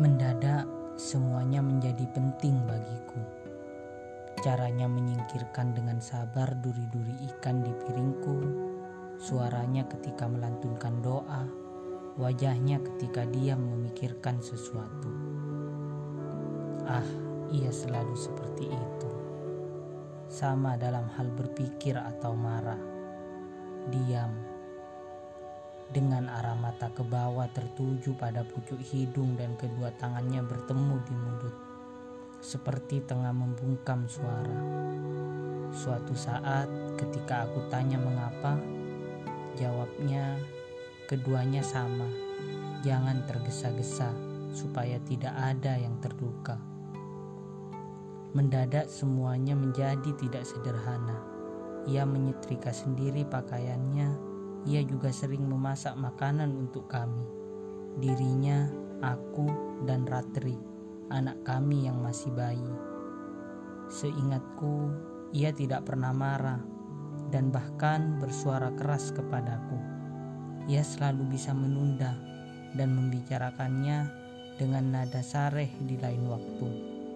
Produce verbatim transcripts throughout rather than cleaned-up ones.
Mendadak semuanya menjadi penting bagiku. Caranya menyingkirkan dengan sabar duri-duri ikan di piringku, suaranya ketika melantunkan doa, wajahnya ketika diam memikirkan sesuatu. Ah, ia selalu seperti itu. Sama dalam hal berpikir atau marah. Diam. Dengan arah mata ke bawah tertuju pada pucuk hidung dan kedua tangannya bertemu di mulut. Seperti tengah membungkam suara. Suatu saat ketika aku tanya mengapa, jawabnya keduanya sama. Jangan tergesa-gesa supaya tidak ada yang terluka. Mendadak semuanya menjadi tidak sederhana. Ia menyetrika sendiri pakaiannya. Ia juga sering memasak makanan untuk kami. Dirinya, aku, dan Ratri, anak kami yang masih bayi. Seingatku, ia tidak pernah marah dan bahkan bersuara keras kepadaku. Ia selalu bisa menunda dan membicarakannya dengan nada sareh di lain waktu.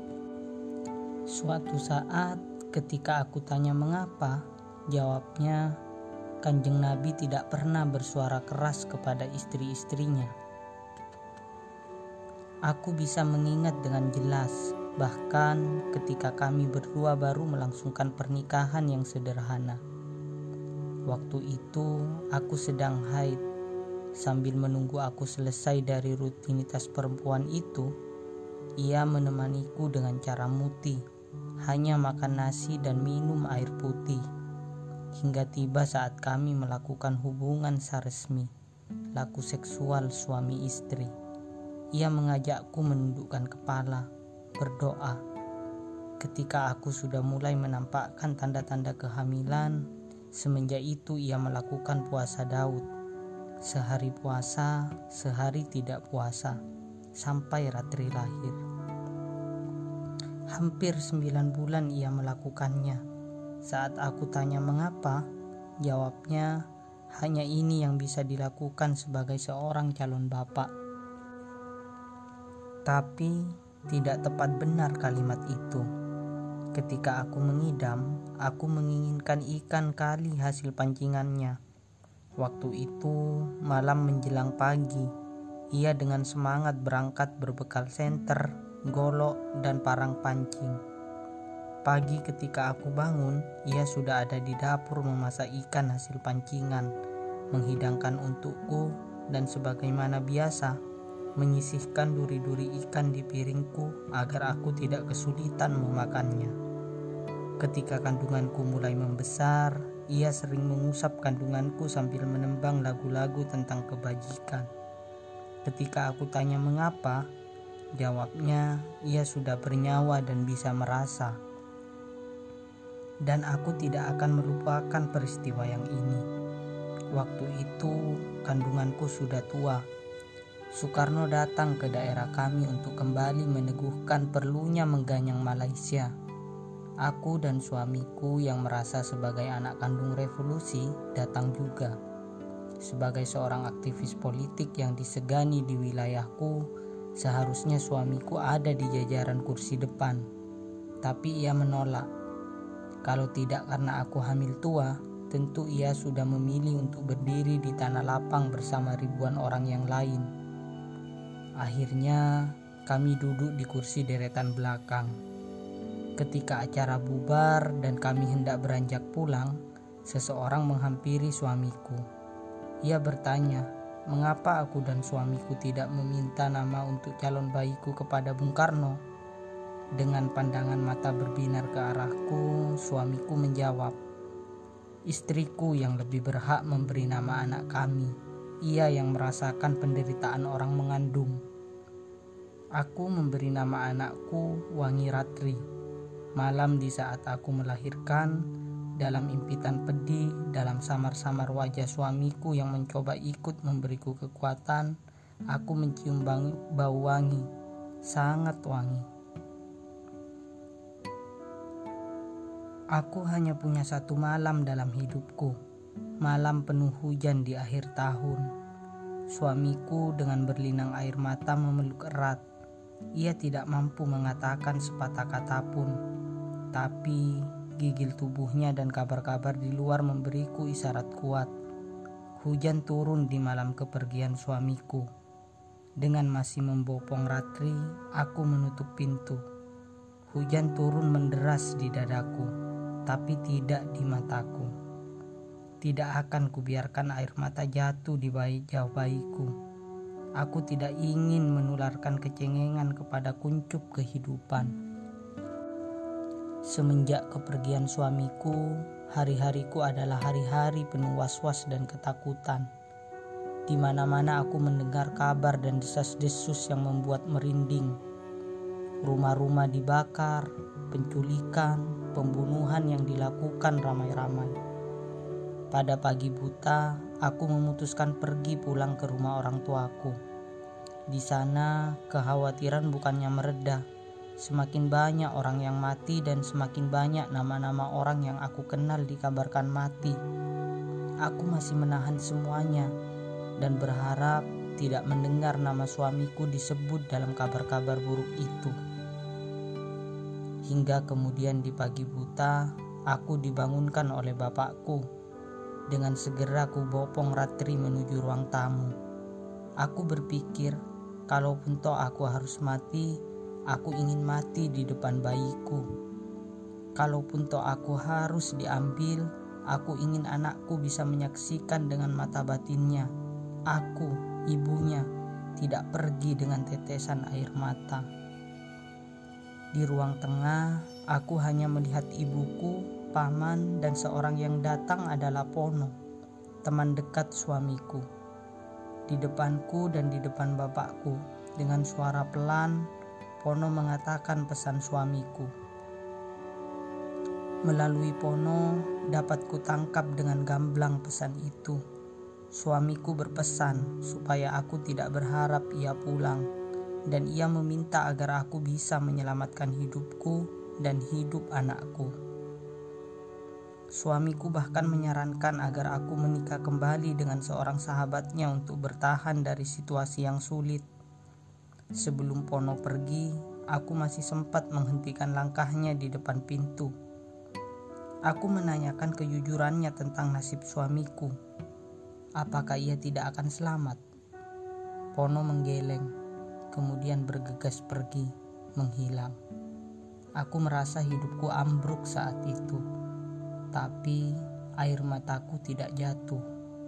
Suatu saat ketika aku tanya mengapa, jawabnya, Kanjeng Nabi tidak pernah bersuara keras kepada istri-istrinya. Aku bisa mengingat dengan jelas, bahkan ketika kami berdua baru melangsungkan pernikahan yang sederhana. Waktu itu aku sedang haid. Sambil menunggu aku selesai dari rutinitas perempuan itu, ia menemaniku dengan cara muti, hanya makan nasi dan minum air putih. Hingga tiba saat kami melakukan hubungan saresmi, laku seksual suami istri. Ia mengajakku menundukkan kepala, berdoa. Ketika aku sudah mulai menampakkan tanda-tanda kehamilan, semenjak itu ia melakukan puasa Daud. Sehari puasa, sehari tidak puasa, sampai Ratri lahir. Hampir sembilan bulan ia melakukannya. Saat aku tanya mengapa, jawabnya hanya ini yang bisa dilakukan sebagai seorang calon bapak. Tapi tidak tepat benar kalimat itu. Ketika aku mengidam, aku menginginkan ikan kali hasil pancingannya. Waktu itu malam menjelang pagi, ia dengan semangat berangkat berbekal senter, golok, dan parang pancing. Pagi ketika aku bangun, ia sudah ada di dapur memasak ikan hasil pancingan, menghidangkan untukku, dan sebagaimana biasa, menyisihkan duri-duri ikan di piringku agar aku tidak kesulitan memakannya. Ketika kandunganku mulai membesar, ia sering mengusap kandunganku sambil menembang lagu-lagu tentang kebajikan. Ketika aku tanya mengapa, jawabnya ia sudah bernyawa dan bisa merasa. Dan aku tidak akan melupakan peristiwa yang ini. Waktu itu kandunganku sudah tua. Soekarno datang ke daerah kami untuk kembali meneguhkan perlunya mengganyang Malaysia. Aku dan suamiku yang merasa sebagai anak kandung revolusi datang juga. Sebagai seorang aktivis politik yang disegani di wilayahku, seharusnya suamiku ada di jajaran kursi depan. Tapi ia menolak. Kalau tidak karena aku hamil tua, tentu ia sudah memilih untuk berdiri di tanah lapang bersama ribuan orang yang lain. Akhirnya kami duduk di kursi deretan belakang. Ketika acara bubar dan kami hendak beranjak pulang, seseorang menghampiri suamiku. Ia bertanya, mengapa aku dan suamiku tidak meminta nama untuk calon bayiku kepada Bung Karno? Dengan pandangan mata berbinar ke arahku, suamiku menjawab, istriku yang lebih berhak memberi nama anak kami. Ia yang merasakan penderitaan orang mengandung. Aku memberi nama anakku Wangi Ratri. Malam di saat aku melahirkan, dalam impitan pedih, dalam samar-samar wajah suamiku yang mencoba ikut memberiku kekuatan, aku mencium bau wangi, sangat wangi. Aku hanya punya satu malam dalam hidupku, malam penuh hujan di akhir tahun. Suamiku dengan berlinang air mata memeluk erat. Ia tidak mampu mengatakan sepatah kata pun, tapi gigil tubuhnya dan kabar-kabar di luar memberiku isyarat kuat. Hujan turun di malam kepergian suamiku. Dengan masih membopong ratri, aku menutup pintu. Hujan turun menderas di dadaku, tapi tidak di mataku. Tidak akan kubiarkan air mata jatuh di baik jauh bayiku. Aku tidak ingin menularkan kecengengan kepada kuncup kehidupan. Semenjak kepergian suamiku, hari-hariku adalah hari-hari penuh was-was dan ketakutan. Di mana-mana aku mendengar kabar dan desas-desus yang membuat merinding. Rumah-rumah dibakar, penculikan, pembunuhan yang dilakukan ramai-ramai. Pada pagi buta, aku memutuskan pergi pulang ke rumah orang tuaku. Di sana, kekhawatiran bukannya mereda. Semakin banyak orang yang mati dan semakin banyak nama-nama orang yang aku kenal dikabarkan mati. Aku masih menahan semuanya dan berharap tidak mendengar nama suamiku disebut dalam kabar-kabar buruk itu. Hingga kemudian di pagi buta, aku dibangunkan oleh bapakku. Dengan segera ku bopong ratri menuju ruang tamu. Aku berpikir, kalaupun toh aku harus mati, aku ingin mati di depan bayiku. Kalaupun toh aku harus diambil, aku ingin anakku bisa menyaksikan dengan mata batinnya. Aku, ibunya, tidak pergi dengan tetesan air mata. Di ruang tengah, aku hanya melihat ibuku, paman, dan seorang yang datang adalah Pono, teman dekat suamiku. Di depanku dan di depan bapakku, dengan suara pelan, Pono mengatakan pesan suamiku. Melalui Pono, dapat kutangkap dengan gamblang pesan itu. Suamiku berpesan supaya aku tidak berharap ia pulang, dan ia meminta agar aku bisa menyelamatkan hidupku dan hidup anakku. Suamiku bahkan menyarankan agar aku menikah kembali dengan seorang sahabatnya untuk bertahan dari situasi yang sulit. Sebelum Pono pergi, aku masih sempat menghentikan langkahnya di depan pintu. Aku menanyakan kejujurannya tentang nasib suamiku. Apakah ia tidak akan selamat? Pono menggeleng, kemudian bergegas pergi, menghilang. Aku merasa hidupku ambruk saat itu. Tapi air mataku tidak jatuh.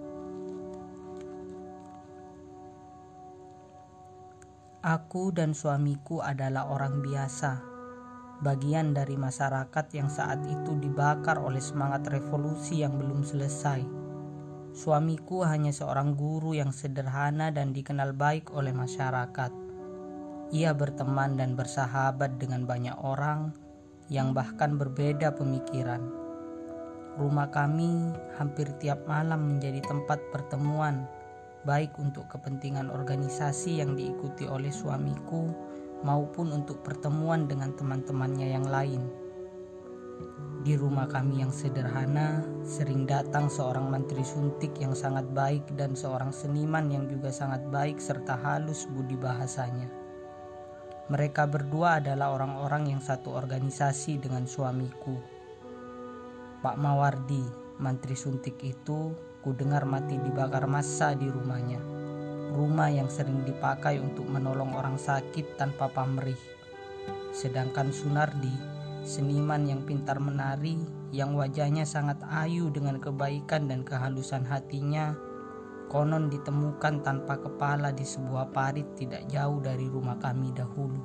Aku dan suamiku adalah orang biasa, bagian dari masyarakat yang saat itu dibakar oleh semangat revolusi yang belum selesai. Suamiku hanya seorang guru yang sederhana dan dikenal baik oleh masyarakat. Ia berteman dan bersahabat dengan banyak orang yang bahkan berbeda pemikiran. Rumah kami hampir tiap malam menjadi tempat pertemuan, baik untuk kepentingan organisasi yang diikuti oleh suamiku maupun untuk pertemuan dengan teman-temannya yang lain. Di rumah kami yang sederhana, sering datang seorang mantri suntik yang sangat baik dan seorang seniman yang juga sangat baik serta halus budi bahasanya. Mereka berdua adalah orang-orang yang satu organisasi dengan suamiku. Pak Mawardi, mantri suntik itu, ku dengar mati dibakar massa di rumahnya. Rumah yang sering dipakai untuk menolong orang sakit tanpa pamrih. Sedangkan Sunardi, seniman yang pintar menari, yang wajahnya sangat ayu dengan kebaikan dan kehalusan hatinya, konon ditemukan tanpa kepala di sebuah parit tidak jauh dari rumah kami dahulu.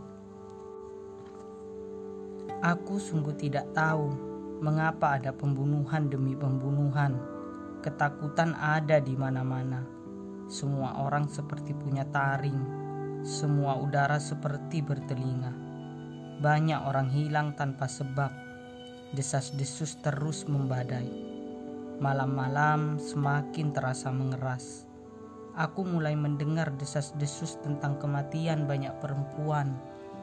Aku sungguh tidak tahu mengapa ada pembunuhan demi pembunuhan. Ketakutan ada di mana-mana. Semua orang seperti punya taring. Semua udara seperti bertelinga. Banyak orang hilang tanpa sebab. Desas-desus terus membadai. Malam-malam semakin terasa mengeras. Aku mulai mendengar desas-desus tentang kematian banyak perempuan.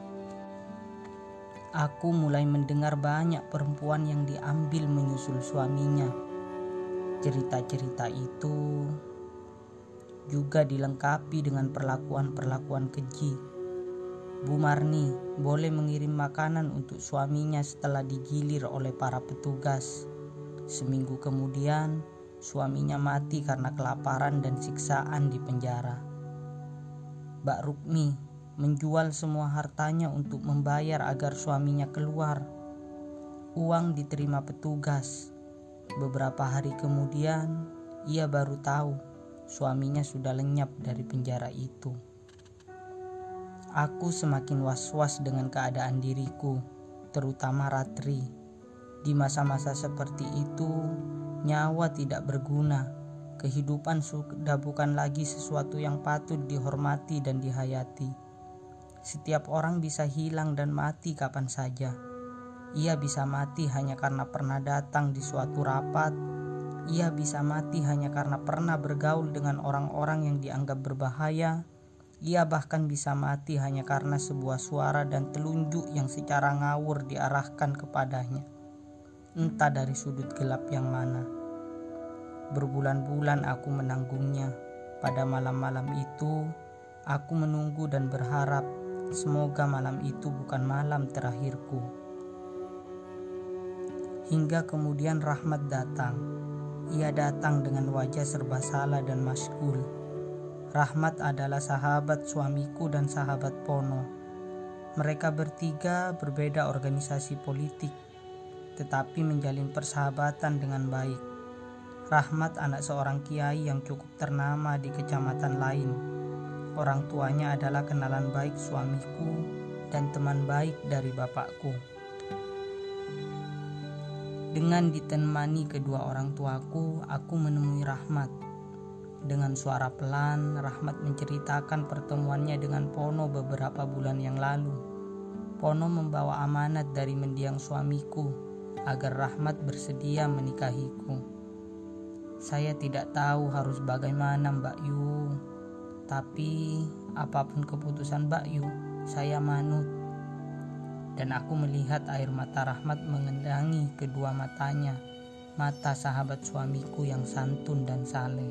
Aku mulai mendengar banyak perempuan yang diambil menyusul suaminya. Cerita-cerita itu juga dilengkapi dengan perlakuan-perlakuan keji. Bu Marni boleh mengirim makanan untuk suaminya setelah digilir oleh para petugas. Seminggu kemudian, suaminya mati karena kelaparan dan siksaan di penjara. Mbak Rukmi menjual semua hartanya untuk membayar agar suaminya keluar. Uang diterima petugas. Beberapa hari kemudian, ia baru tahu suaminya sudah lenyap dari penjara itu. Aku semakin was-was dengan keadaan diriku, terutama Ratri. Di masa-masa seperti itu, nyawa tidak berguna. Kehidupan sudah bukan lagi sesuatu yang patut dihormati dan dihayati. Setiap orang bisa hilang dan mati kapan saja. Ia bisa mati hanya karena pernah datang di suatu rapat. Ia bisa mati hanya karena pernah bergaul dengan orang-orang yang dianggap berbahaya. Ia bahkan bisa mati hanya karena sebuah suara dan telunjuk yang secara ngawur diarahkan kepadanya, entah dari sudut gelap yang mana. Berbulan-bulan aku menanggungnya. Pada malam-malam itu, aku menunggu dan berharap semoga malam itu bukan malam terakhirku. Hingga kemudian Rahmat datang. Ia datang dengan wajah serba salah dan masyghul. Rahmat adalah sahabat suamiku dan sahabat Pono. Mereka bertiga berbeda organisasi politik, tetapi menjalin persahabatan dengan baik. Rahmat anak seorang kiai yang cukup ternama di kecamatan lain. Orang tuanya adalah kenalan baik suamiku dan teman baik dari bapakku. Dengan ditemani kedua orang tuaku, aku menemui Rahmat. Dengan suara pelan, Rahmat menceritakan pertemuannya dengan Pono beberapa bulan yang lalu. Pono membawa amanat dari mendiang suamiku agar Rahmat bersedia menikahiku. Saya tidak tahu harus bagaimana Mbak Yu, tapi apapun keputusan Mbak Yu, saya manut. Dan aku melihat air mata Rahmat mengendangi kedua matanya, mata sahabat suamiku yang santun dan saleh.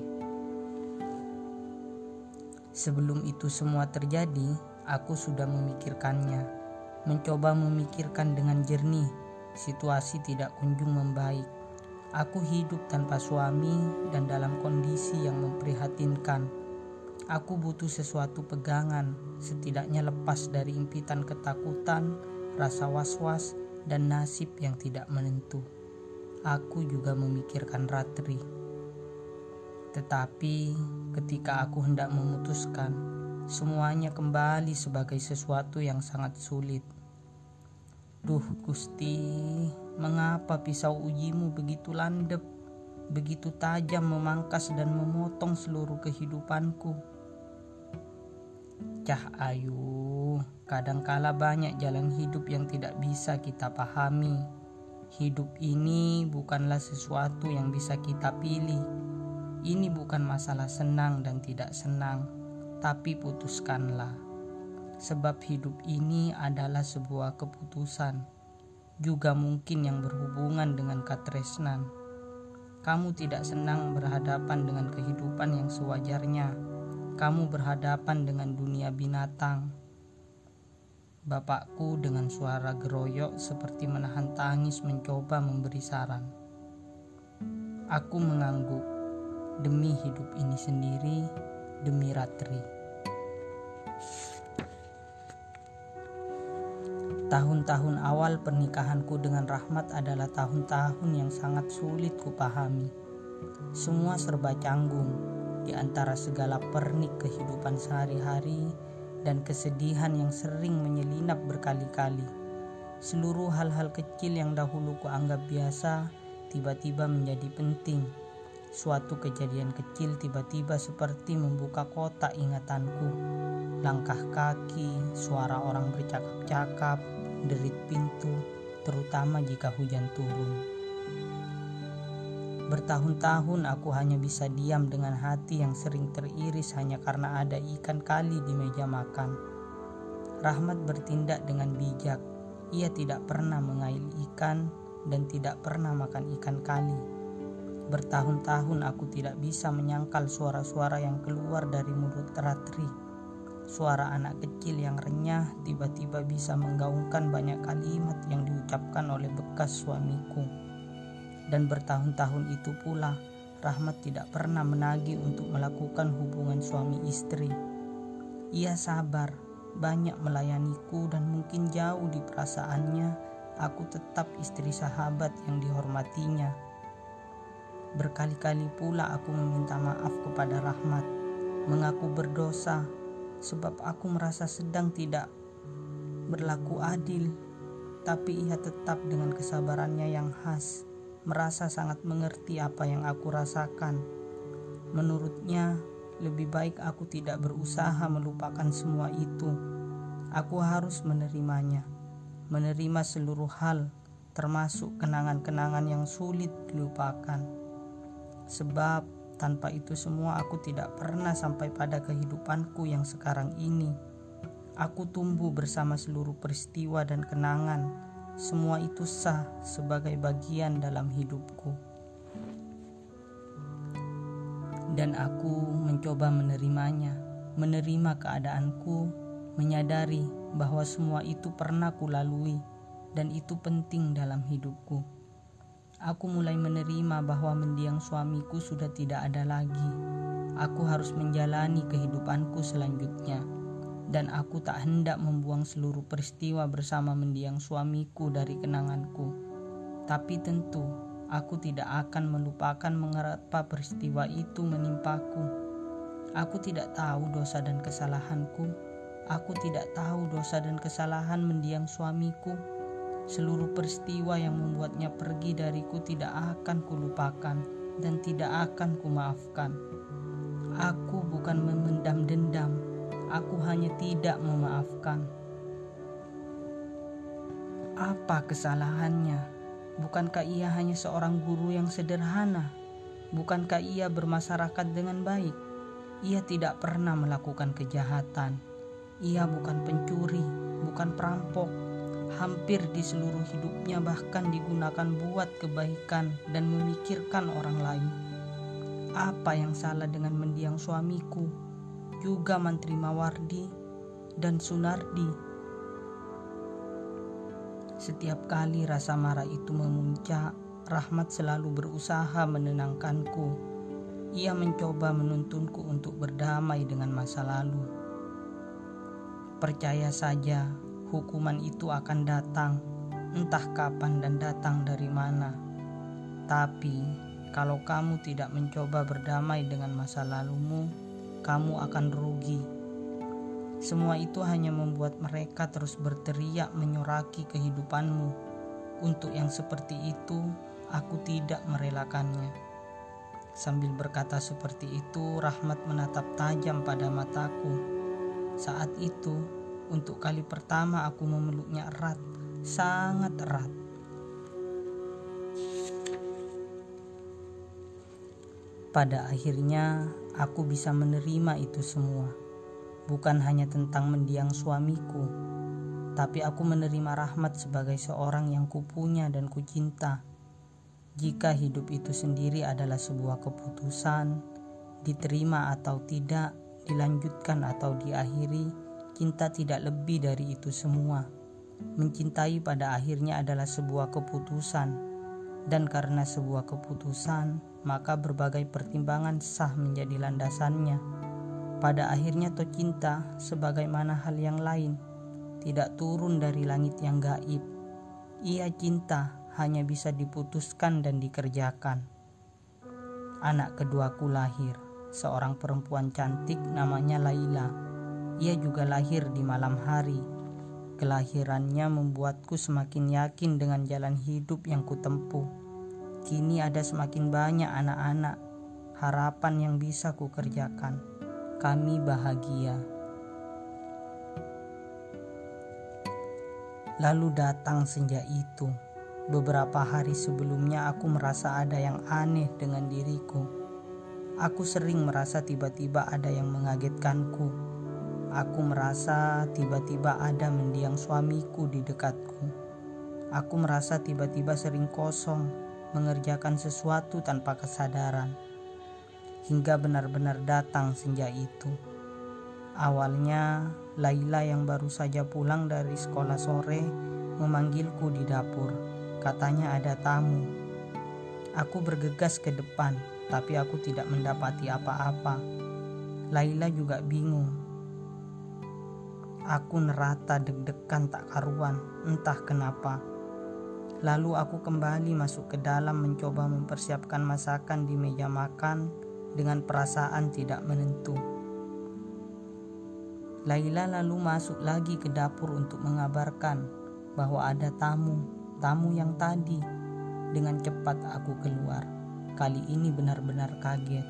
Sebelum itu semua terjadi, aku sudah memikirkannya, mencoba memikirkan dengan jernih. Situasi tidak kunjung membaik. Aku hidup tanpa suami dan dalam kondisi yang memprihatinkan. Aku butuh sesuatu pegangan, setidaknya lepas dari impitan ketakutan, rasa was-was, dan nasib yang tidak menentu. Aku juga memikirkan Ratri. Tetapi ketika aku hendak memutuskan, semuanya kembali sebagai sesuatu yang sangat sulit. Duh Gusti, mengapa pisau ujimu begitu landep, begitu tajam memangkas dan memotong seluruh kehidupanku? Cah Ayu, kadangkala banyak jalan hidup yang tidak bisa kita pahami. Hidup ini bukanlah sesuatu yang bisa kita pilih. Ini bukan masalah senang dan tidak senang, tapi putuskanlah. Sebab hidup ini adalah sebuah keputusan, juga mungkin yang berhubungan dengan katresnan. Kamu tidak senang berhadapan dengan kehidupan yang sewajarnya. Kamu berhadapan dengan dunia binatang. Bapakku dengan suara geroyok seperti menahan tangis mencoba memberi saran. Aku mengangguk, demi hidup ini sendiri, demi Ratri. Tahun-tahun awal pernikahanku dengan Rahmat adalah tahun-tahun yang sangat sulit kupahami. Semua serba canggung, di antara segala pernik kehidupan sehari-hari dan kesedihan yang sering menyelinap berkali-kali. Seluruh hal-hal kecil yang dahulu kuanggap biasa, tiba-tiba menjadi penting. Suatu kejadian kecil tiba-tiba seperti membuka kotak ingatanku. Langkah kaki, suara orang bercakap-cakap, derit pintu, terutama jika hujan turun. Bertahun-tahun aku hanya bisa diam dengan hati yang sering teriris hanya karena ada ikan kali di meja makan. Rahmat bertindak dengan bijak. Ia tidak pernah mengail ikan dan tidak pernah makan ikan kali. Bertahun-tahun aku tidak bisa menyangkal suara-suara yang keluar dari mulut Ratri. suara anak kecil yang renyah tiba-tiba bisa menggaungkan banyak kalimat yang diucapkan oleh bekas suamiku. Dan bertahun-tahun itu pula, Rahmat tidak pernah menagih untuk melakukan hubungan suami istri. Ia sabar, banyak melayaniku, dan mungkin jauh di perasaannya, aku tetap istri sahabat yang dihormatinya. Berkali-kali pula aku meminta maaf kepada Rahmat, mengaku berdosa, sebab aku merasa sedang tidak berlaku adil. Tapi ia tetap dengan kesabarannya yang khas, merasa sangat mengerti apa yang aku rasakan. Menurutnya, lebih baik aku tidak berusaha melupakan semua itu. Aku harus menerimanya, menerima seluruh hal, termasuk kenangan-kenangan yang sulit dilupakan. Sebab tanpa itu semua aku tidak pernah sampai pada kehidupanku yang sekarang ini. Aku tumbuh bersama seluruh peristiwa dan kenangan. Semua itu sah sebagai bagian dalam hidupku. Dan aku mencoba menerimanya, menerima keadaanku, menyadari bahwa semua itu pernah kulalui dan itu penting dalam hidupku. Aku mulai menerima bahwa mendiang suamiku sudah tidak ada lagi. Aku harus menjalani kehidupanku selanjutnya. Dan aku tak hendak membuang seluruh peristiwa bersama mendiang suamiku dari kenanganku. Tapi tentu aku tidak akan melupakan mengapa peristiwa itu menimpaku. Aku tidak tahu dosa dan kesalahanku. Aku tidak tahu dosa dan kesalahan mendiang suamiku. Seluruh peristiwa yang membuatnya pergi dariku tidak akan kulupakan dan tidak akan kumaafkan. Aku bukan memendam dendam. Aku hanya tidak memaafkan. Apa kesalahannya? Bukankah ia hanya seorang guru yang sederhana? Bukankah ia bermasyarakat dengan baik? Ia tidak pernah melakukan kejahatan. Ia bukan pencuri, bukan perampok. Hampir di seluruh hidupnya bahkan digunakan buat kebaikan dan memikirkan orang lain. Apa yang salah dengan mendiang suamiku? Juga Mantri Mawardi dan Sunardi. Setiap kali rasa marah itu memuncak, Rahmat selalu berusaha menenangkanku. Ia mencoba menuntunku untuk berdamai dengan masa lalu. Percaya saja, hukuman itu akan datang, entah kapan dan datang dari mana. Tapi, kalau kamu tidak mencoba berdamai dengan masa lalumu, kamu akan rugi. Semua itu hanya membuat mereka terus berteriak menyoraki kehidupanmu. Untuk yang seperti itu, aku tidak merelakannya. Sambil berkata seperti itu, Rahmat menatap tajam pada mataku. Saat itu, untuk kali pertama aku memeluknya erat, sangat erat. Pada akhirnya, aku bisa menerima itu semua. Bukan hanya tentang mendiang suamiku, tapi aku menerima Rahmat sebagai seorang yang kupunya dan kucinta. Jika hidup itu sendiri adalah sebuah keputusan, diterima atau tidak, dilanjutkan atau diakhiri, cinta tidak lebih dari itu semua. Mencintai pada akhirnya adalah sebuah keputusan. Dan karena sebuah keputusan, maka berbagai pertimbangan sah menjadi landasannya. Pada akhirnya toh cinta, sebagaimana hal yang lain, tidak turun dari langit yang gaib. Ia cinta hanya bisa diputuskan dan dikerjakan. Anak keduaku lahir, seorang perempuan cantik namanya Laila. Ia juga lahir di malam hari. Kelahirannya membuatku semakin yakin dengan jalan hidup yang kutempuh. Kini ada semakin banyak anak-anak, harapan yang bisa kukerjakan. Kami bahagia. Lalu datang senja itu. Beberapa hari sebelumnya aku merasa ada yang aneh dengan diriku. Aku sering merasa tiba-tiba ada yang mengagetkanku. Aku merasa tiba-tiba ada mendiang suamiku di dekatku. Aku merasa tiba-tiba sering kosong, mengerjakan sesuatu tanpa kesadaran. Hingga benar-benar datang senja itu. Awalnya, Laila yang baru saja pulang dari sekolah sore memanggilku di dapur. Katanya ada tamu. Aku bergegas ke depan, tapi aku tidak mendapati apa-apa. Laila juga bingung. Aku nerata deg-degan tak karuan, entah kenapa. Lalu aku kembali masuk ke dalam mencoba mempersiapkan masakan di meja makan dengan perasaan tidak menentu. Laila lalu masuk lagi ke dapur untuk mengabarkan bahwa ada tamu, tamu yang tadi. Dengan cepat aku keluar. Kali ini benar-benar kaget.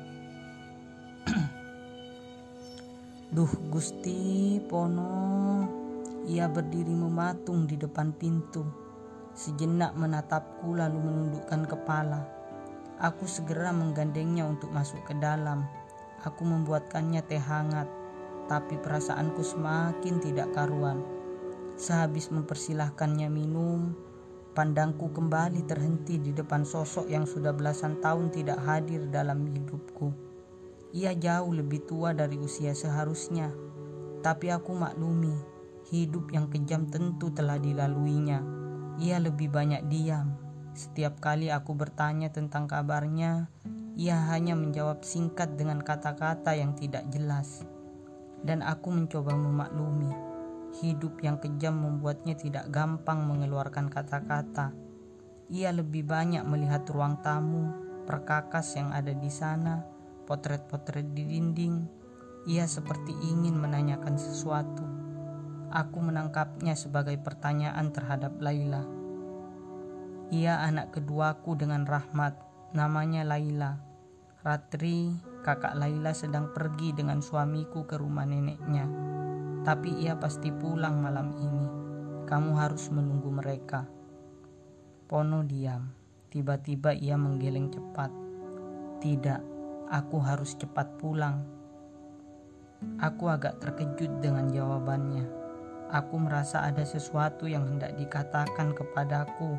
Duh Gusti, Pono. Ia berdiri mematung di depan pintu. Sejenak menatapku lalu menundukkan kepala. Aku segera menggandengnya untuk masuk ke dalam. Aku membuatkannya teh hangat, tapi perasaanku semakin tidak karuan. Sehabis mempersilahkannya minum, pandangku kembali terhenti di depan sosok yang sudah belasan tahun tidak hadir dalam hidupku. Ia jauh lebih tua dari usia seharusnya, tapi aku maklumi, hidup yang kejam tentu telah dilaluinya. Ia lebih banyak diam. Setiap kali aku bertanya tentang kabarnya, ia hanya menjawab singkat dengan kata-kata yang tidak jelas. Dan aku mencoba memaklumi. Hidup yang kejam membuatnya tidak gampang mengeluarkan kata-kata. Ia lebih banyak melihat ruang tamu, perkakas yang ada di sana, potret-potret di dinding. Ia seperti ingin menanyakan sesuatu. Aku menangkapnya sebagai pertanyaan terhadap Laila. Ia anak keduaku dengan Rahmat, namanya Laila. Ratri, kakak Laila sedang pergi dengan suamiku ke rumah neneknya. Tapi ia pasti pulang malam ini. Kamu harus menunggu mereka. Pono diam. Tiba-tiba ia menggeleng cepat. Tidak, aku harus cepat pulang. Aku agak terkejut dengan jawabannya. Aku merasa ada sesuatu yang hendak dikatakan kepadaku.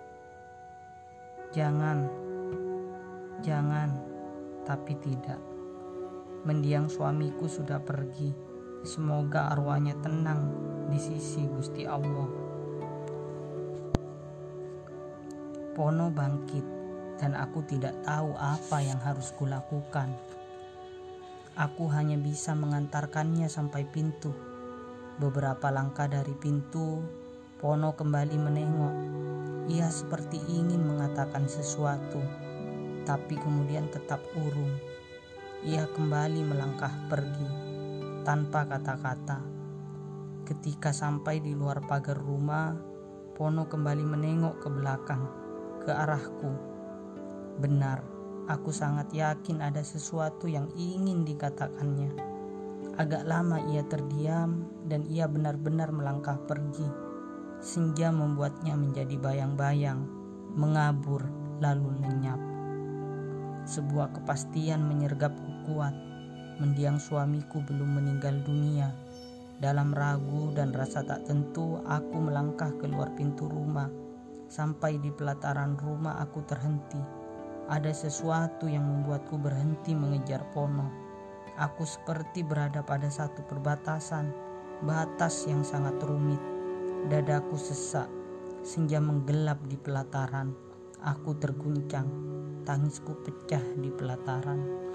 Jangan, jangan, tapi tidak. Mendiang suamiku sudah pergi. Semoga arwahnya tenang di sisi Gusti Allah. Pono bangkit dan aku tidak tahu apa yang harus kulakukan. Aku hanya bisa mengantarkannya sampai pintu. Beberapa langkah dari pintu, Pono kembali menengok. Ia seperti ingin mengatakan sesuatu, tapi kemudian tetap urung. Ia kembali melangkah pergi, tanpa kata-kata. Ketika sampai di luar pagar rumah, Pono kembali menengok ke belakang, ke arahku. Benar, aku sangat yakin ada sesuatu yang ingin dikatakannya. Agak lama ia terdiam dan ia benar-benar melangkah pergi. Senja membuatnya menjadi bayang-bayang, mengabur lalu lenyap. Sebuah kepastian menyergapku kuat. Mendiang suamiku belum meninggal dunia. Dalam ragu dan rasa tak tentu, aku melangkah keluar pintu rumah. Sampai di pelataran rumah aku terhenti. Ada sesuatu yang membuatku berhenti mengejar Pono. Aku seperti berada pada satu perbatasan, batas yang sangat rumit. Dadaku sesak, senja menggelap di pelataran. Aku terguncang, tangisku pecah di pelataran.